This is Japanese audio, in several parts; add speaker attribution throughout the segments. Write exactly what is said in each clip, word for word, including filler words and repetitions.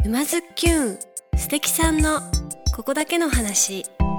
Speaker 1: 沼津きゅん素敵さんのここだけの話。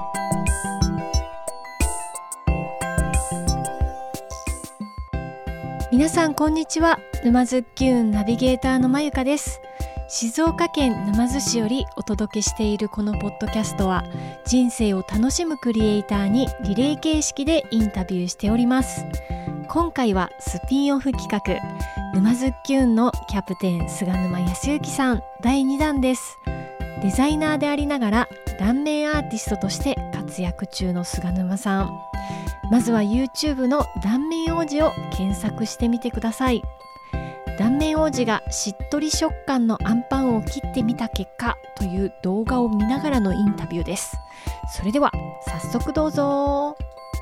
Speaker 2: 皆さんこんにちは。沼津きゅんナビゲーターのまゆかです。静岡県沼津市よりお届けしているこのポッドキャストは、人生を楽しむクリエイターにリレー形式でインタビューしております。今回はスピンオフ企画、沼津きゅんのキャプテン菅沼康之さんだいにだんです。デザイナーでありながら断面アーティストとして活躍中の菅沼さん、まずは YouTube の断面王子を検索してみてください。断面王子がしっとり食感のアンパンを切ってみた結果という動画を見ながらのインタビューです。それでは早速どうぞ。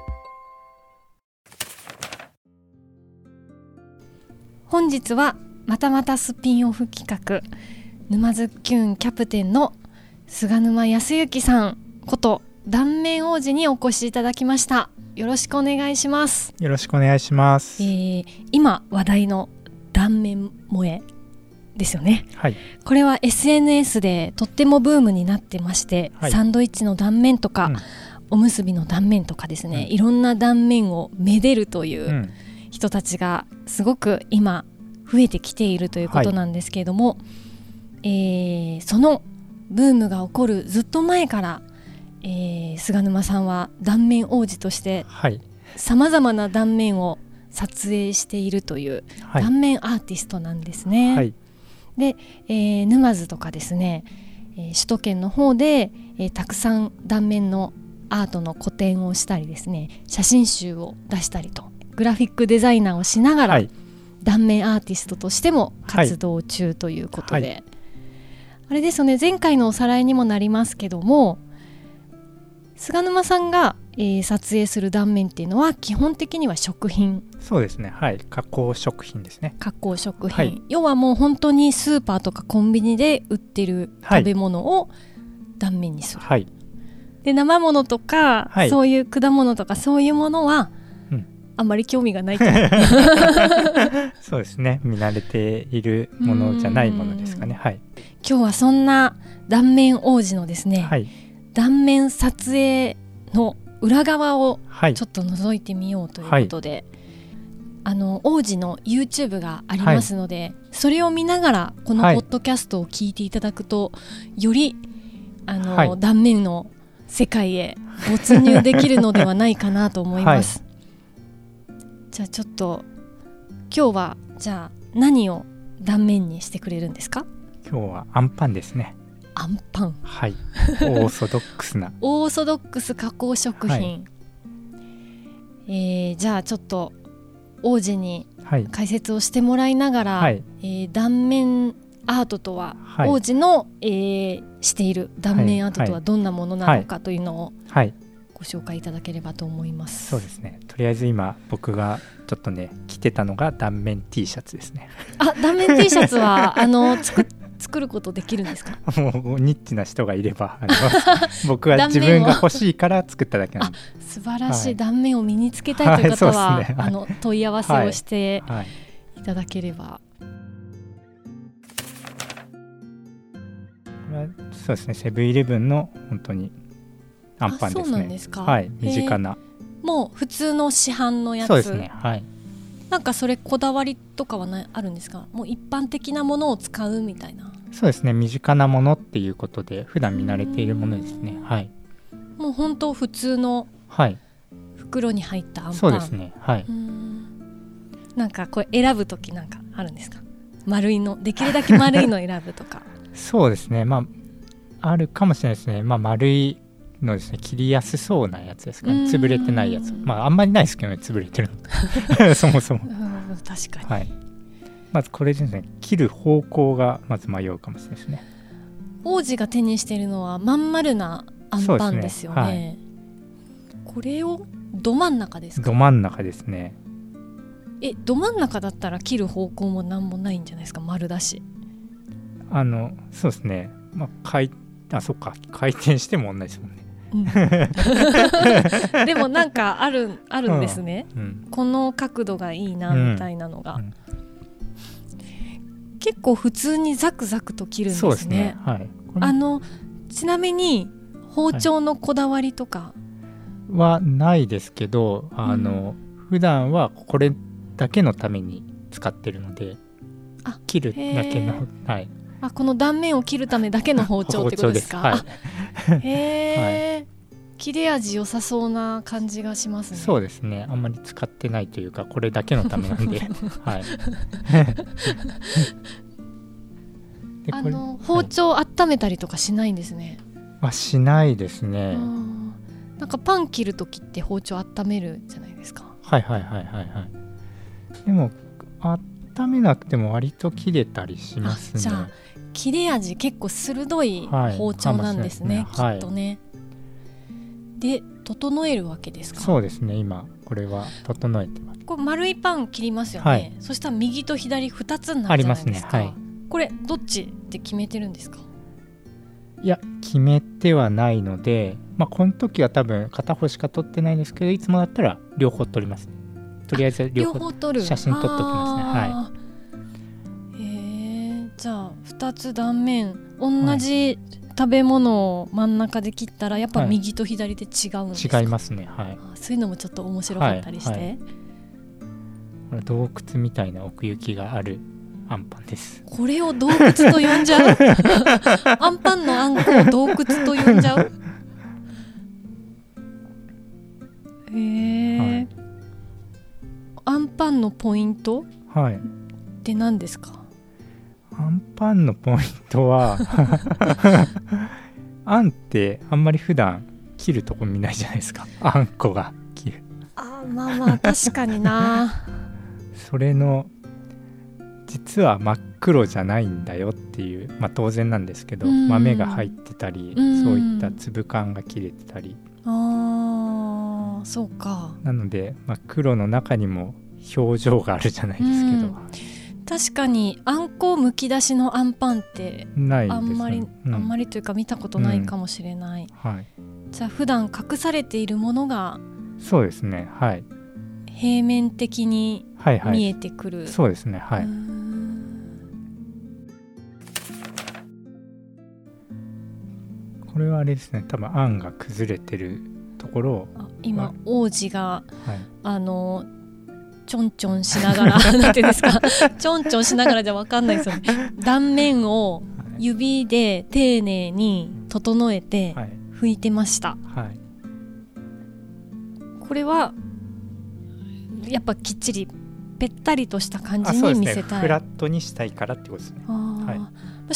Speaker 2: 本日はまたまたスピンオフ企画、沼津きゅんキャプテンの菅沼康之さんこと断面王子にお越しいただきました。よろしくお願いします。
Speaker 3: よろしくお願いします。
Speaker 2: えー、今話題の断面萌えですよね。
Speaker 3: はい、
Speaker 2: これは エスエヌエス でとってもブームになってまして、はい、サンドイッチの断面とか、うん、おむすびの断面とかですね、うん、いろんな断面をめでるという人たちがすごく今増えてきているということなんですけれども、はい、えー、そのブームが起こるずっと前から、えー、菅沼さんは断面王子としてさまざまな断面を撮影しているという断面アーティストなんですね。はい、で、えー、沼津とかですね、えー、首都圏の方で、えー、たくさん断面のアートの個展をしたりですね、写真集を出したりとグラフィックデザイナーをしながら、はい、断面アーティストとしても活動中ということで、はいはい、あれですよね、前回のおさらいにもなりますけども、菅沼さんが、えー、撮影する断面っていうのは基本的には食品。
Speaker 3: そうですね、はい、加工食品ですね。
Speaker 2: 加工食品、はい、要はもう本当にスーパーとかコンビニで売ってる食べ物を断面にする、はい、で生物とか、はい、そういう果物とかそういうものは、うん、あんまり興味がないと
Speaker 3: そうですね、見慣れているものじゃないものですかね。はい、
Speaker 2: 今日はそんな断面王子のですね、はい、断面撮影の裏側をちょっと覗いてみようということで、はい、あの王子の YouTube がありますので、はい、それを見ながらこのポッドキャストを聞いていただくと、はい、よりあの、はい、断面の世界へ没入できるのではないかなと思います、はい、じゃあちょっと今日はじゃあ何を断面にしてくれるんですか？
Speaker 3: 今日はアンパンですね。
Speaker 2: アンパン、
Speaker 3: はい、オーソドックスな
Speaker 2: オーソドックス加工食品、はい、えー、じゃあちょっと王子に解説をしてもらいながら、はい、えー、断面アートとは、はい、王子の、えー、している断面アートとはどんなものなのかというのをご紹介いただければと思います。
Speaker 3: そうですね、とりあえず今僕がちょっとね着てたのが断面 T シャツですね。
Speaker 2: あ、断面 T シャツはあの作っ作ることできるんですか？
Speaker 3: もうニッチな人がいればあの僕は自分が欲しいから作っただけなんで。
Speaker 2: あ、素晴らしい、はい、断面を身につけたいという方は、はい、ね、はい、あの問い合わせをしていただければ、はいはい、
Speaker 3: そうですね、セブンイレブンの本当にアンパンですね。
Speaker 2: そうなんですか？
Speaker 3: はい、身近な、
Speaker 2: もう普通の市販のやつ。
Speaker 3: そうですね、はい。
Speaker 2: なんかそれこだわりとかはなあるんですか？もう一般的なものを使うみたいな。
Speaker 3: そうですね、身近なものっていうことで普段見慣れているものですね。はい、
Speaker 2: もう本当普通の袋に入ったアンパン。
Speaker 3: そうですね、はい。
Speaker 2: うーん、なんかこれ選ぶときなんかあるんですか？丸いの、できるだけ丸いの選ぶとか。
Speaker 3: そうですね、まああるかもしれないですね。まあ丸いのですね、切りやすそうなやつですかね。潰れてないやつ、まああんまりないですけどね、潰れてるのそもそも
Speaker 2: 確かに、
Speaker 3: はい、まずこれですね、切る方向がまず迷うかもしれないですね。
Speaker 2: 王子が手にしているのはまん丸なアンパンですよ ね, ですね、はい、これをど真ん中ですか？
Speaker 3: ど真ん中ですね。
Speaker 2: え、ど真ん中だったら切る方向もなんもないんじゃないですか？丸だし。
Speaker 3: あのそうですね、まあ、回あそっか回転しても同じですもんね。
Speaker 2: うん、でもなんかある、あるんですね、
Speaker 3: うんうん、
Speaker 2: この角度がいいなみたいなのが、うんうん、 結構普通にザクザクと切るんですね。
Speaker 3: そうですね、はい、
Speaker 2: あのちなみに包丁のこだわりとか
Speaker 3: はないですけど、はい、あの、うん、普段はこれだけのために使ってるので、あ、切るだけの、はい、
Speaker 2: あ、この断面を切るためだけの包丁ってことですか？
Speaker 3: 包丁です、はい、
Speaker 2: へー、はい、切れ味良さそうな感じがしますね。
Speaker 3: そうですね、あんまり使ってないというかこれだけのためなんで、はい、
Speaker 2: であの包丁温めたりとかしないんですね。
Speaker 3: はい、しないですね。
Speaker 2: なんかパン切るときって包丁温めるじゃないですか。
Speaker 3: はいはいはいはいはい。でも温めなくても割と切れたりしますね。
Speaker 2: じゃあ切れ味結構鋭い包丁なんですね、はい、きっとね、はい、で整えるわけですか？
Speaker 3: そうですね、今これは整えてます。
Speaker 2: これ丸いパン切りますよね、はい、そしたら右と左ふたつになるじゃないですか。ありますね、はい、これどっちって決めてるんですか？
Speaker 3: いや決めてはないので、まあ、この時は多分片方しか撮ってないんですけど、いつもだったら両方撮ります。とりあえず両方写真撮っておきますね。
Speaker 2: はい、へー、じゃあふたつ断面同じ食べ物を真ん中で切ったらやっぱ右と左で違うんですか？
Speaker 3: はい、違いますね、はい、
Speaker 2: そういうのもちょっと面白かったりして、はいはい、
Speaker 3: これ洞窟みたいな奥行きがあるアンパンです。
Speaker 2: これを洞窟と呼んじゃうアンパンのあんこを洞窟と呼んじゃうへー、はい、アンパンのポイント、はい、って何ですか？
Speaker 3: アンパンのポイントはあんってあんまり普段切るとこ見ないじゃないですか。あんこが切る、
Speaker 2: あ、まあまあ確かにな
Speaker 3: それの実は真っ黒じゃないんだよっていう、まあ当然なんですけど、豆が入ってたり、そういった粒感が切れてたり、あ
Speaker 2: あ、そうか。
Speaker 3: なので、まあ、黒の中にも表情があるじゃないですけど、
Speaker 2: 確かにあんこむき出しのあんパンって
Speaker 3: ないですね、
Speaker 2: あんまり、うん、あんまりというか見たことないかもしれない、うん、はい、じゃあ普段隠されているものが、
Speaker 3: そうですね、はい、
Speaker 2: 平面的に見えてくる、はいはい、
Speaker 3: そうですね、はい、これはあれですね、多分あんが崩れてるところを、
Speaker 2: 今王子が、はい、あのちょんちょんしながらなんていうんですかちょんちょんしながらじゃ分かんないですよね。断面を指で丁寧に整えて拭いてました、はいはい、これはやっぱきっちりぺったりとした感じに見せたい。
Speaker 3: あ、そうですね、フラットにしたいからってことですね。
Speaker 2: はい、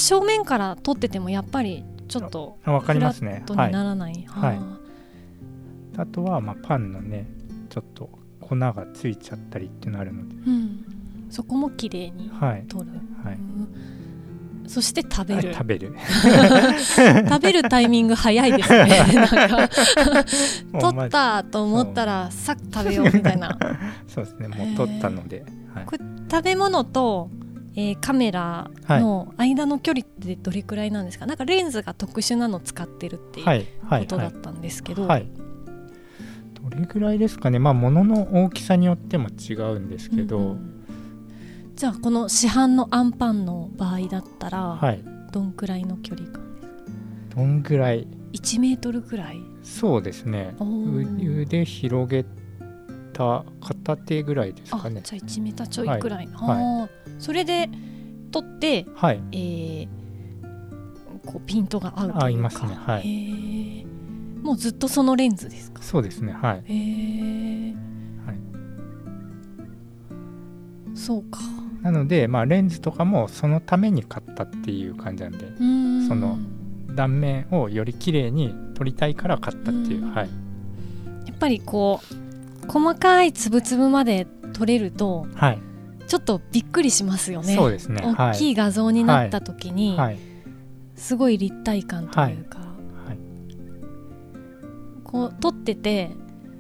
Speaker 2: 正面から撮っててもやっぱりちょっとフラットにならない。
Speaker 3: はいはい、あとはまあパンのねちょっと粉がついちゃったりっていうのあるので、うん、
Speaker 2: そこも綺麗に取る、はいはい、そして食べる、
Speaker 3: 食べる
Speaker 2: 食べるタイミング早いですねなんか取ったと思ったらさっ食べようみたいな
Speaker 3: そうですね、もう取ったので、はい、これ
Speaker 2: 食べ物と、えー、カメラの間の距離ってどれくらいなんですか？なんかレンズが特殊なの使ってるっていうことだったんですけど、はいはいはい、
Speaker 3: どれぐらいですかね。まあ物の大きさによっても違うんですけど、うんうん、
Speaker 2: じゃあこの市販のあんパンの場合だったら、はい、どんくらいの距離感ですか？
Speaker 3: どんぐらい、
Speaker 2: いちメートルくらい。
Speaker 3: そうですね、腕広げた片手ぐらいですかね。
Speaker 2: あ、じゃあいちメーターちょいくらい、はいはい、それで取って、はい、えー、こうピントが合うというか、合いますね、はい、もうずっとそのレンズですか？
Speaker 3: そうですね、はい、
Speaker 2: へー、はい、そうか。
Speaker 3: なので、まあ、レンズとかもそのために買ったっていう感じなんで、うん、その断面をより綺麗に撮りたいから買ったっていう、うん、はい、
Speaker 2: やっぱりこう細かい粒々まで撮れると、はい、ちょっとびっくりしますよね。
Speaker 3: そうですね、
Speaker 2: 大きい画像になった時に、はいはい、すごい立体感というか、はいはい、こう撮ってて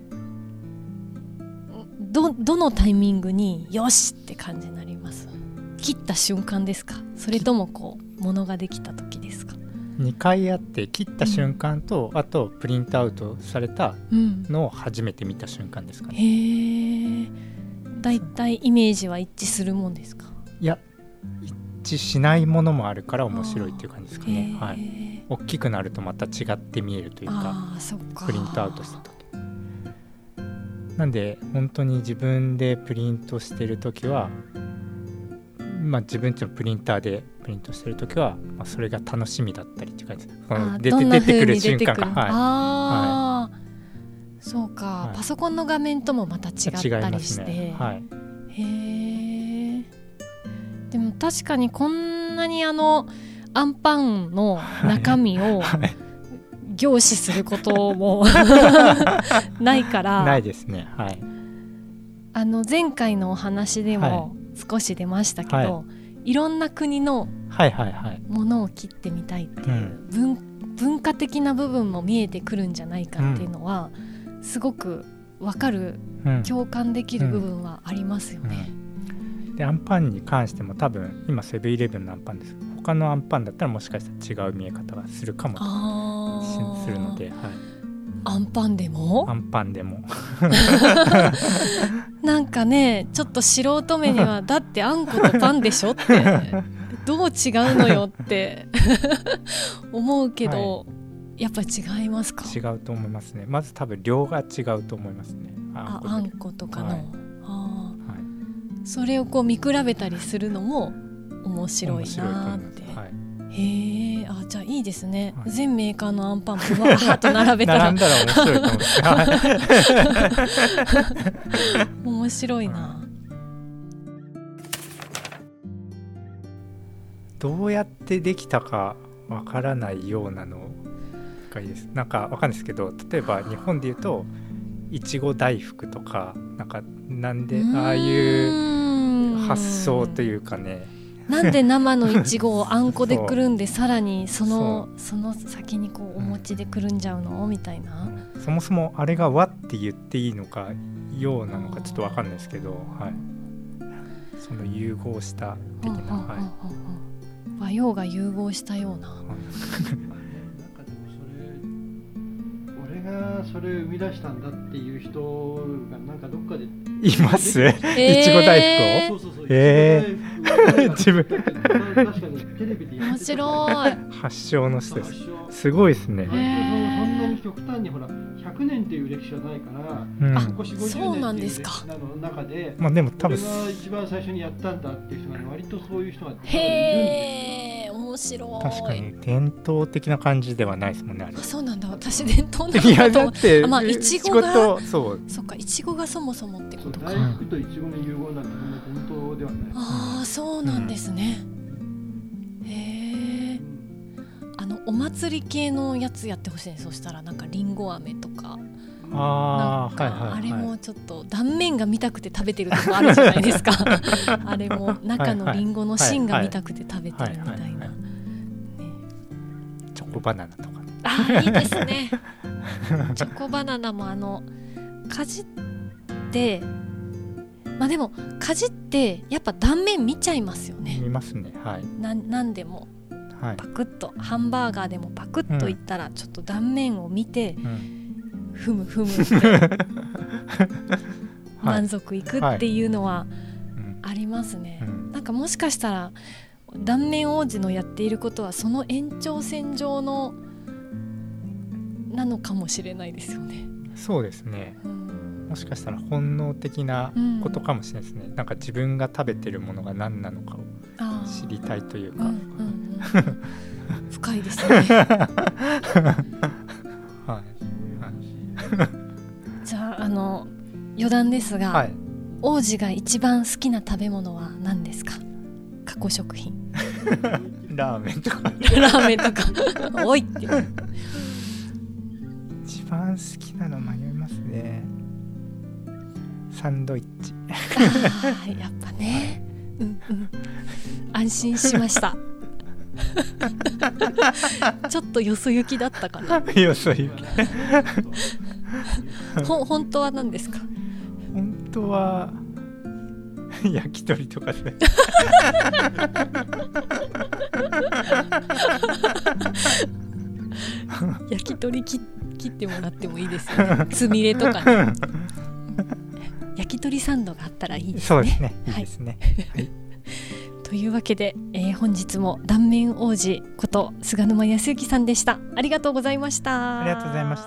Speaker 2: ど, どのタイミングによしって感じになります？切った瞬間ですか？それともこうものができた時ですか？
Speaker 3: にかいあって、切った瞬間と、うん、あとプリントアウトされたのを初めて見た瞬間ですかね、うん、へ
Speaker 2: ー、だいたいイメージは一致するもんですか？
Speaker 3: いや、一致しないものもあるから面白いっていう感じですかね、はい、大きくなるとまた違って見えるというか、
Speaker 2: あそっか、
Speaker 3: プリントアウトした時なんで本当に自分でプリントしてる時は、まあ、自分ちのプリンターでプリントしてる時は、まあ、それが楽しみだったりっていう感じです。出て出てくる瞬間が、はい、
Speaker 2: あ、はい、そうか、
Speaker 3: はい、
Speaker 2: パソコンの画面ともまた違ったりして、ね、はい、へえ。でも確かにこんなにあのアンパンの中身を、はいはい、凝視することもないから
Speaker 3: ないですね、はい、
Speaker 2: あの前回のお話でも少し出ましたけど、はいはい、いろんな国のものを切ってみたいっていう、はいはいはい、文, 文化的な部分も見えてくるんじゃないかっていうのは、うん、すごく分かる、うん、共感できる部分はありますよね、
Speaker 3: うんうん、でアンパンに関しても多分今セブンイレブンのアンパンです。他のアンパンだったらもしかしたら違う見え方がするかもするので、はい、
Speaker 2: アンパンでも
Speaker 3: アンパンでも
Speaker 2: なんかねちょっと素人目にはだってあんことパンでしょってどう違うのよって思うけど、はい、やっぱり違いますか？
Speaker 3: 違うと思いますね。まず多分量が違うと思いますね。
Speaker 2: あんこ、あんことかの、はい、あ、はい、それをこう見比べたりするのも面白いなって。はい、へえ、あ、じゃあいいですね、はい、全メーカーのアンパンもわーっと並べたら
Speaker 3: 並んだら面白いと思う
Speaker 2: 面白いな、はい、
Speaker 3: どうやってできたかわからないようなのがいいです。なんかわかんないですけど、例えば日本でいうといちご大福とかなんかなんでああいう発想というかね、
Speaker 2: なんで生のいちごをあんこでくるんでさらにその、その先にこうお餅でくるんじゃうのみたいな、
Speaker 3: うん、そもそもあれが和って言っていいのかようなのかちょっと分かんないですけど、はい、その融合した的な、はい、
Speaker 2: 和洋が融合したような、はい、
Speaker 4: 俺がそれを生み出したんだっていう人がなんかどっかで
Speaker 3: います？いちご大福を？そうそうそう。えー、自分確かにテレビで
Speaker 2: 面白い。
Speaker 3: 発祥の人です。すごいですね。
Speaker 4: そんなに極端にほらひゃくねんっていう歴史はないから、うん、あ、ここよんじゅうごじゅうねんっていう歴史の中で、
Speaker 3: まあでも多分
Speaker 4: 俺が一番最初にやったんだっていう人が、ね、割とそういう人がいるんです。
Speaker 2: へー、面白い。
Speaker 3: 確かに伝統的な感じではないですもんね。あれ。
Speaker 2: あ、そうなんだ。私伝統なのかと。いやだってまあいちごがそうそっか、いちごがそもそもってことか。
Speaker 4: 大福といちごの融合なんて本当ではない。
Speaker 2: ああ、そうなんですね、うん、へえ。あのお祭り系のやつやってほしいね。そしたらなんかりんご飴とか、
Speaker 3: あ
Speaker 2: なんか、はいはいはい、あれもちょっと断面が見たくて食べてるとこあるじゃないですかあれも中のりんごの芯が見たくて食べてるみたいな、ね、
Speaker 3: チョコバナナとか、ね、
Speaker 2: ああ、いいですねチョコバナナもあのかじってまあでもかじってやっぱ断面見ちゃいますよね。
Speaker 3: 見ますね、はい、
Speaker 2: ななんでも、はい、パクッとハンバーガーでもパクッといったらちょっと断面を見て、うん、ふむふむって満足いくっていうのはありますね、はいはい、うん、なんかもしかしたら断面王子のやっていることはその延長線上のなのかもしれないですよね。
Speaker 3: そうですね、うん、もしかしたら本能的なことかもしれないですね、うん、なんか自分が食べてるものが何なのかを知りたいというか、うんうんうん、
Speaker 2: 深いですねはい、
Speaker 3: はい、
Speaker 2: じゃあ、あの余談ですが、はい、王子が一番好きな食べ物は何ですか？過去食品
Speaker 3: ラーメンとかラ
Speaker 2: ーメンとかおいって
Speaker 3: 一番好きなの迷いますね。サンドイッチ
Speaker 2: あやっぱね、うんうん、安心しましたちょっとよそ行きだったかな
Speaker 3: よそ行き
Speaker 2: ほ本当は何ですか？
Speaker 3: 本当は焼き鳥とかで
Speaker 2: 焼き鳥切ってもらってもいいですよね。つみれとかね焼き鳥サンドがあったらいいですね。
Speaker 3: そうですね、いいですね、はい、
Speaker 2: というわけで、えー、本日も断面王子こと菅沼康之さんでした。ありがとうございました。
Speaker 3: ありがとうございました。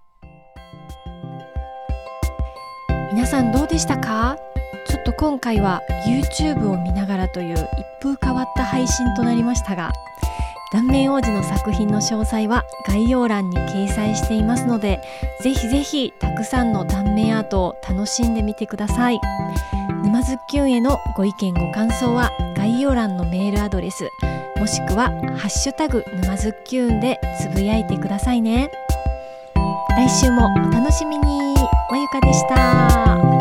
Speaker 2: 皆さんどうでしたか？ちょっと今回は YouTube を見ながらという一風変わった配信となりましたが、断面王子の作品の詳細は概要欄に掲載していますので、ぜひぜひたくさんの断面アートを楽しんでみてください。沼ズッキュンへのご意見ご感想は概要欄のメールアドレス、もしくはハッシュタグ沼ズッキュンでつぶやいてくださいね。来週もお楽しみに。まゆかでした。